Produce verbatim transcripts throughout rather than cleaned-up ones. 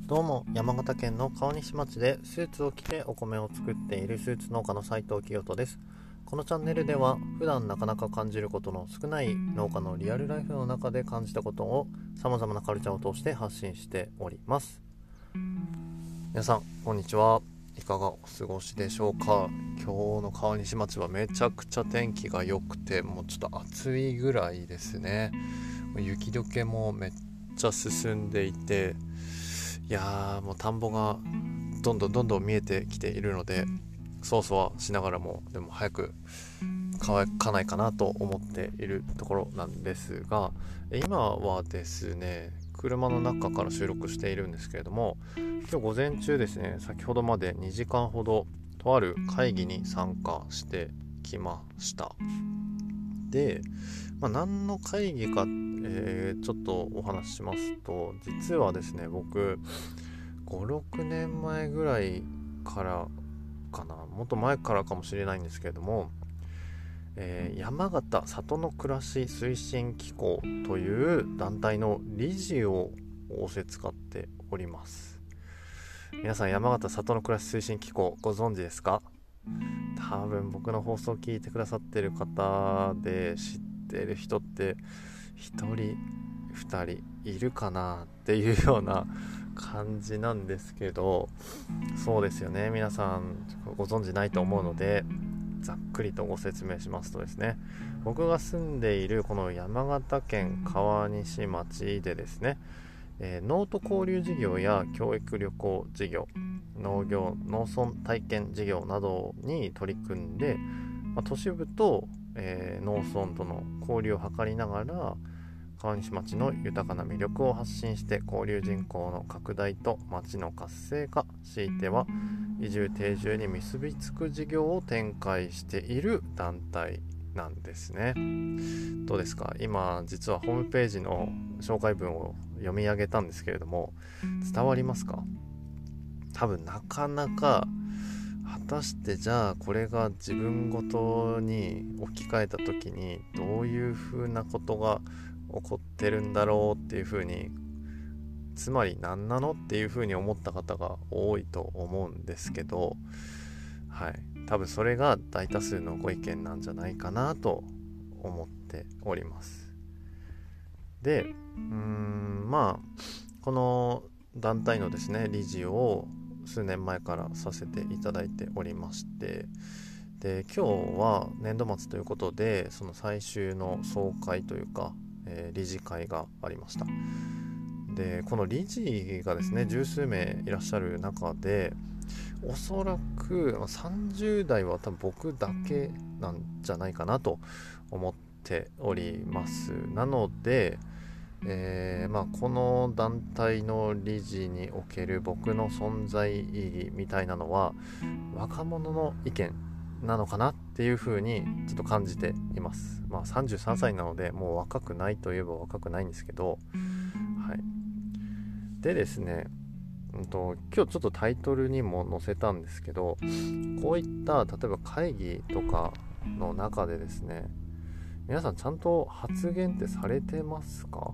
どうも、山形県の川西町でスーツを着てお米を作っているスーツ農家の斉藤清人です。このチャンネルでは普段なかなか感じることの少ない農家のリアルライフの中で感じたことを様々なカルチャーを通して発信しております。皆さんこんにちは。いかがお過ごしでしょうか。今日の川西町はめちゃくちゃ天気が良くて、もうちょっと暑いぐらいですね。雪解けもめっちゃ進んでいて、いやーもう田んぼがどんどんどんどん見えてきているので、そわそわしながらもでも早く乾かないかなと思っているところなんですが、今はですね車の中から収録しているんですけれども、今日午前中ですね、先ほどまでにじかんほどとある会議に参加してきました。で、まあ、何の会議か、えー、ちょっとお話ししますと、実はですね僕ごろくねんまえぐらいからかな、もっと前からかもしれないんですけれども、えー、山形里の暮らし推進機構という団体の理事を仰せ使っております。皆さん、山形里の暮らし推進機構ご存知ですか？多分僕の放送を聞いてくださってる方で知ってる人ってひとりふたりいるかなっていうような感じなんですけど、そうですよね、皆さんご存知ないと思うのでざっくりとご説明しますとですね、僕が住んでいるこの山形県川西町でですね、えー、農と交流事業や教育旅行事業、農業農村体験事業などに取り組んで、まあ、都市部と、えー、農村との交流を図りながら川西町の豊かな魅力を発信して、交流人口の拡大と町の活性化、強いては移住定住に結びつく事業を展開している団体なんですね。どうですか？今実はホームページの紹介文を読み上げたんですけれども、伝わりますか？多分なかなか、果たしてじゃあこれが自分ごとに置き換えた時にどういう風なことが起こってるんだろうっていう風に、つまり何なのっていう風に思った方が多いと思うんですけど、はい、多分それが大多数のご意見なんじゃないかなと思っております。で、うーんまあこの団体のですね理事を数年前からさせていただいておりまして、で今日は年度末ということで、その最終の総会というか、えー、理事会がありました。でこの理事がですね十数名いらっしゃる中で、おそらくさんじゅう代は多分僕だけなんじゃないかなと思っております。なので、えーまあ、この団体の理事における僕の存在意義みたいなのは若者の意見なのかなっていう風にちょっと感じています。まあさんじゅうさんさいなのでもう若くないといえば若くないんですけど、はい。でですね、うんと、今日ちょっとタイトルにも載せたんですけど、こういった例えば会議とかの中でですね、皆さんちゃんと発言ってされてますか？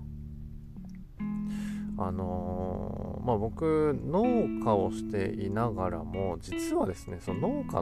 あのー、まあ僕農家をしていながらも、実はですねその農家って、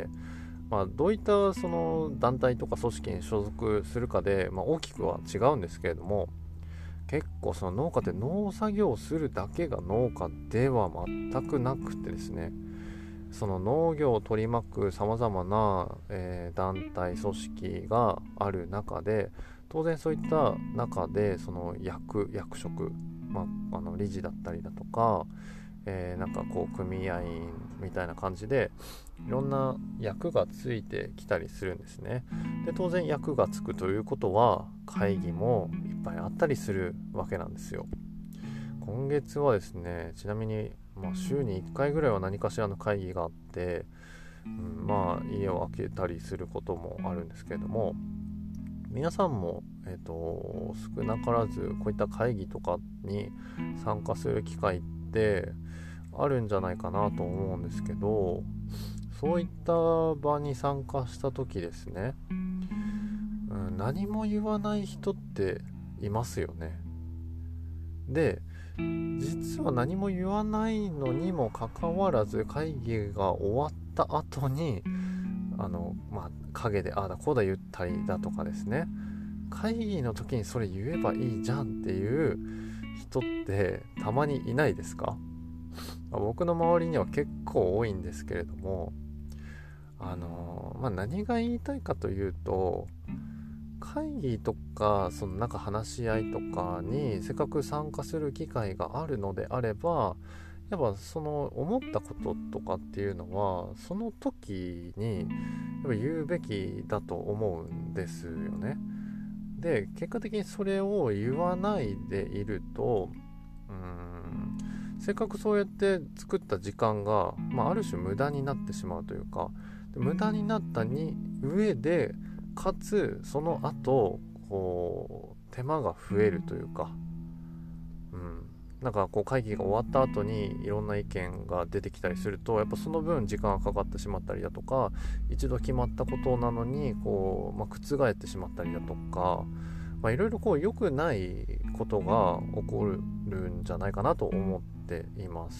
まあ、どういったその団体とか組織に所属するかで、まあ、大きくは違うんですけれども、結構その農家って農作業をするだけが農家では全くなくてですね、その農業を取り巻くさまざまな、えー、団体組織がある中で、当然そういった中でその役役職、まあ、あの理事だったりだとか、えー、なんかこう組合員みたいな感じでいろんな役がついてきたりするんですね。で当然役がつくということは会議もいっぱいあったりするわけなんですよ。今月はですね、ちなみに、まあ、週にいっかいぐらいは何かしらの会議があって、うん、まあ家を空けたりすることもあるんですけれども、皆さんも、えーと、少なからずこういった会議とかに参加する機会ってあるんじゃないかなと思うんですけど、そういった場に参加した時ですね、うん、何も言わない人っていますよね。 で実は何も言わないのにもかかわらず会議が終わった後にあの、まあ、陰でああだこうだ言ったりだとかですね、会議の時にそれ言えばいいじゃんっていう人ってたまにいないですか？僕の周りには結構多いんですけれども、あのまあ、何が言いたいかというと、会議とかそのなんか話し合いとかにせっかく参加する機会があるのであれば、やっぱその思ったこととかっていうのはその時にやっぱ言うべきだと思うんですよね。で結果的にそれを言わないでいると、うーんせっかくそうやって作った時間が、まあ、ある種無駄になってしまうというか、無駄になったに上でかつその後こう手間が増えるというか、うん、なんかこう会議が終わった後にいろんな意見が出てきたりすると、やっぱその分時間がかかってしまったりだとか、一度決まったことなのにこう、まあ、覆ってしまったりだとか、まあ、いろいろこう良くないことが起こるんじゃないかなと思っています。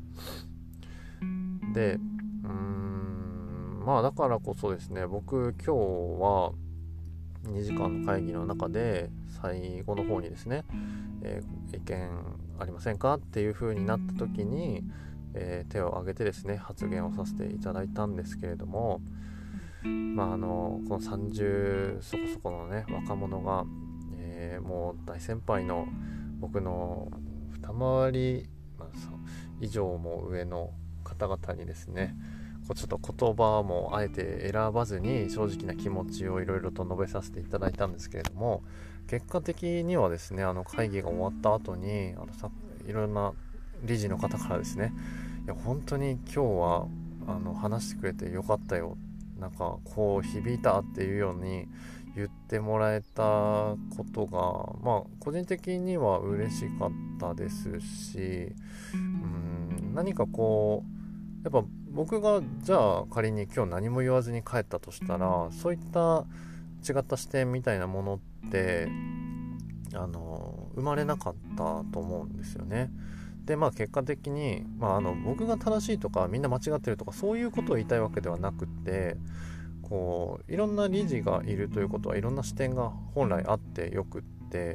で、うーんまあだからこそですね、僕今日はにじかんの会議の中で最後の方にですね、えー、意見ありませんかっていう風になった時に、えー、手を挙げてですね発言をさせていただいたんですけれども、まああのこのさんじゅうそこそこのね若者が、えー、もう大先輩の僕の二回り、まあ、以上も上の方々にですね、こうちょっと言葉もあえて選ばずに正直な気持ちをいろいろと述べさせていただいたんですけれども、結果的にはですね、あの会議が終わった後にあのさいろんな理事の方からですね、いや本当に今日はあの話してくれてよかったよ、なんかこう響いたっていうように言ってもらえたことが、まあ個人的には嬉しかったですし、うーん何かこうやっぱ僕がじゃあ仮に今日何も言わずに帰ったとしたら、そういった違った視点みたいなものってあの生まれなかったと思うんですよね。でまあ結果的に、まあ、あの僕が正しいとかみんな間違ってるとかそういうことを言いたいわけではなくって、こういろんな理事がいるということはいろんな視点が本来あってよくって、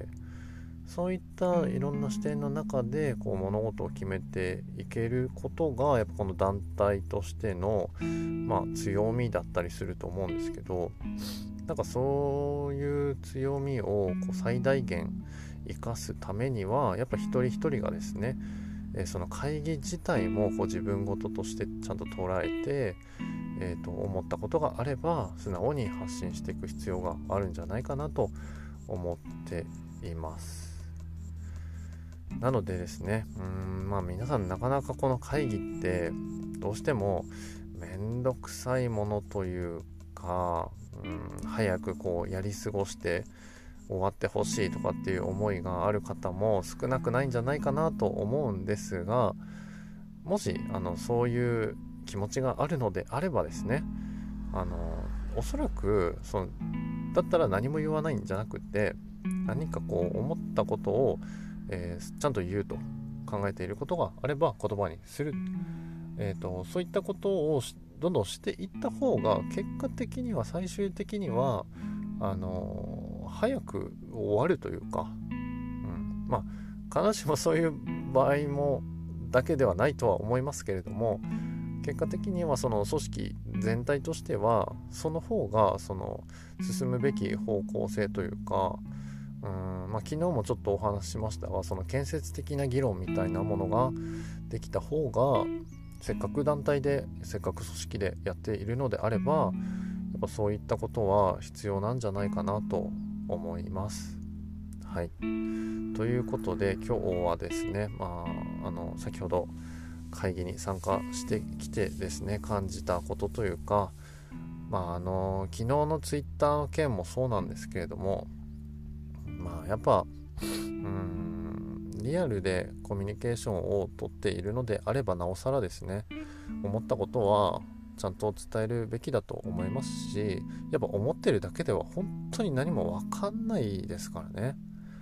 そういったいろんな視点の中でこう物事を決めていけることがやっぱこの団体としての、まあ、強みだったりすると思うんですけど、なんかそういう強みをこう最大限生かすためにはやっぱ一人一人がですね、えー、その会議自体もこう自分事としてちゃんと捉えて、えー、と思ったことがあれば素直に発信していく必要があるんじゃないかなと思っています。なのでですね、うーんまあ皆さんなかなかこの会議ってどうしてもめんどくさいものというか、うん早くこうやり過ごして終わってほしいとかっていう思いがある方も少なくないんじゃないかなと思うんですが、もしあのそういう気持ちがあるのであればですね、あのおそらくそのだったら何も言わないんじゃなくて、何かこう思ったことをえー、ちゃんと言うと考えていることがあれば言葉にする、えーと、そういったことをどんどんしていった方が結果的には最終的にはあのー、早く終わるというか、うん、まあ必ずしもそういう場合もだけではないとは思いますけれども、結果的にはその組織全体としてはその方がその進むべき方向性というか、うーんまあ、昨日もちょっとお話ししましたが、その建設的な議論みたいなものができた方が、せっかく団体でせっかく組織でやっているのであれば、やっぱそういったことは必要なんじゃないかなと思います。はい、ということで今日はですね、まあ、あの先ほど会議に参加してきてですね感じたことというか、まあ、あの昨日のツイッターの件もそうなんですけれども、まあやっぱうーんリアルでコミュニケーションをとっているのであればなおさらですね、思ったことはちゃんと伝えるべきだと思いますし、やっぱ思ってるだけでは本当に何も分かんないですからね。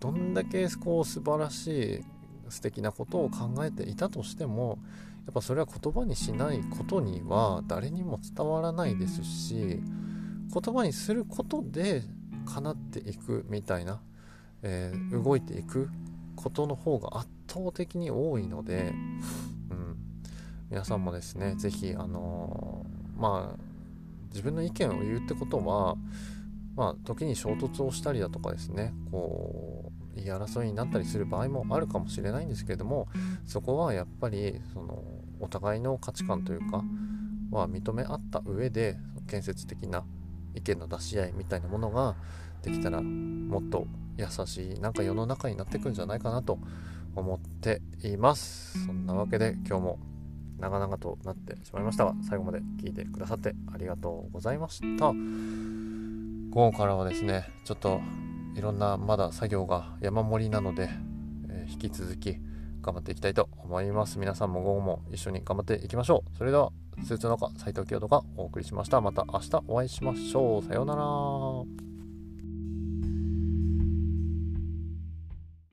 どんだけこう素晴らしい素敵なことを考えていたとしても、やっぱそれは言葉にしないことには誰にも伝わらないですし、言葉にすることで叶っていくみたいな、えー、動いていくことの方が圧倒的に多いので、うん、皆さんもですね、ぜひあのー、まあ自分の意見を言うってことは、まあ時に衝突をしたりだとかですね、こう言い争いになったりする場合もあるかもしれないんですけれども、そこはやっぱりそのお互いの価値観というかは認め合った上で、建設的な意見の出し合いみたいなものができたら、もっと優しいなんか世の中になっていくんじゃないかなと思っています。そんなわけで今日も長々となってしまいましたが、最後まで聞いてくださってありがとうございました。午後からはですね、ちょっといろんなまだ作業が山盛りなので、えー、引き続き頑張っていきたいと思います。皆さんも午後も一緒に頑張っていきましょう。それではスーツ農家斉藤清人がお送りしました。また明日お会いしましょう。さようなら。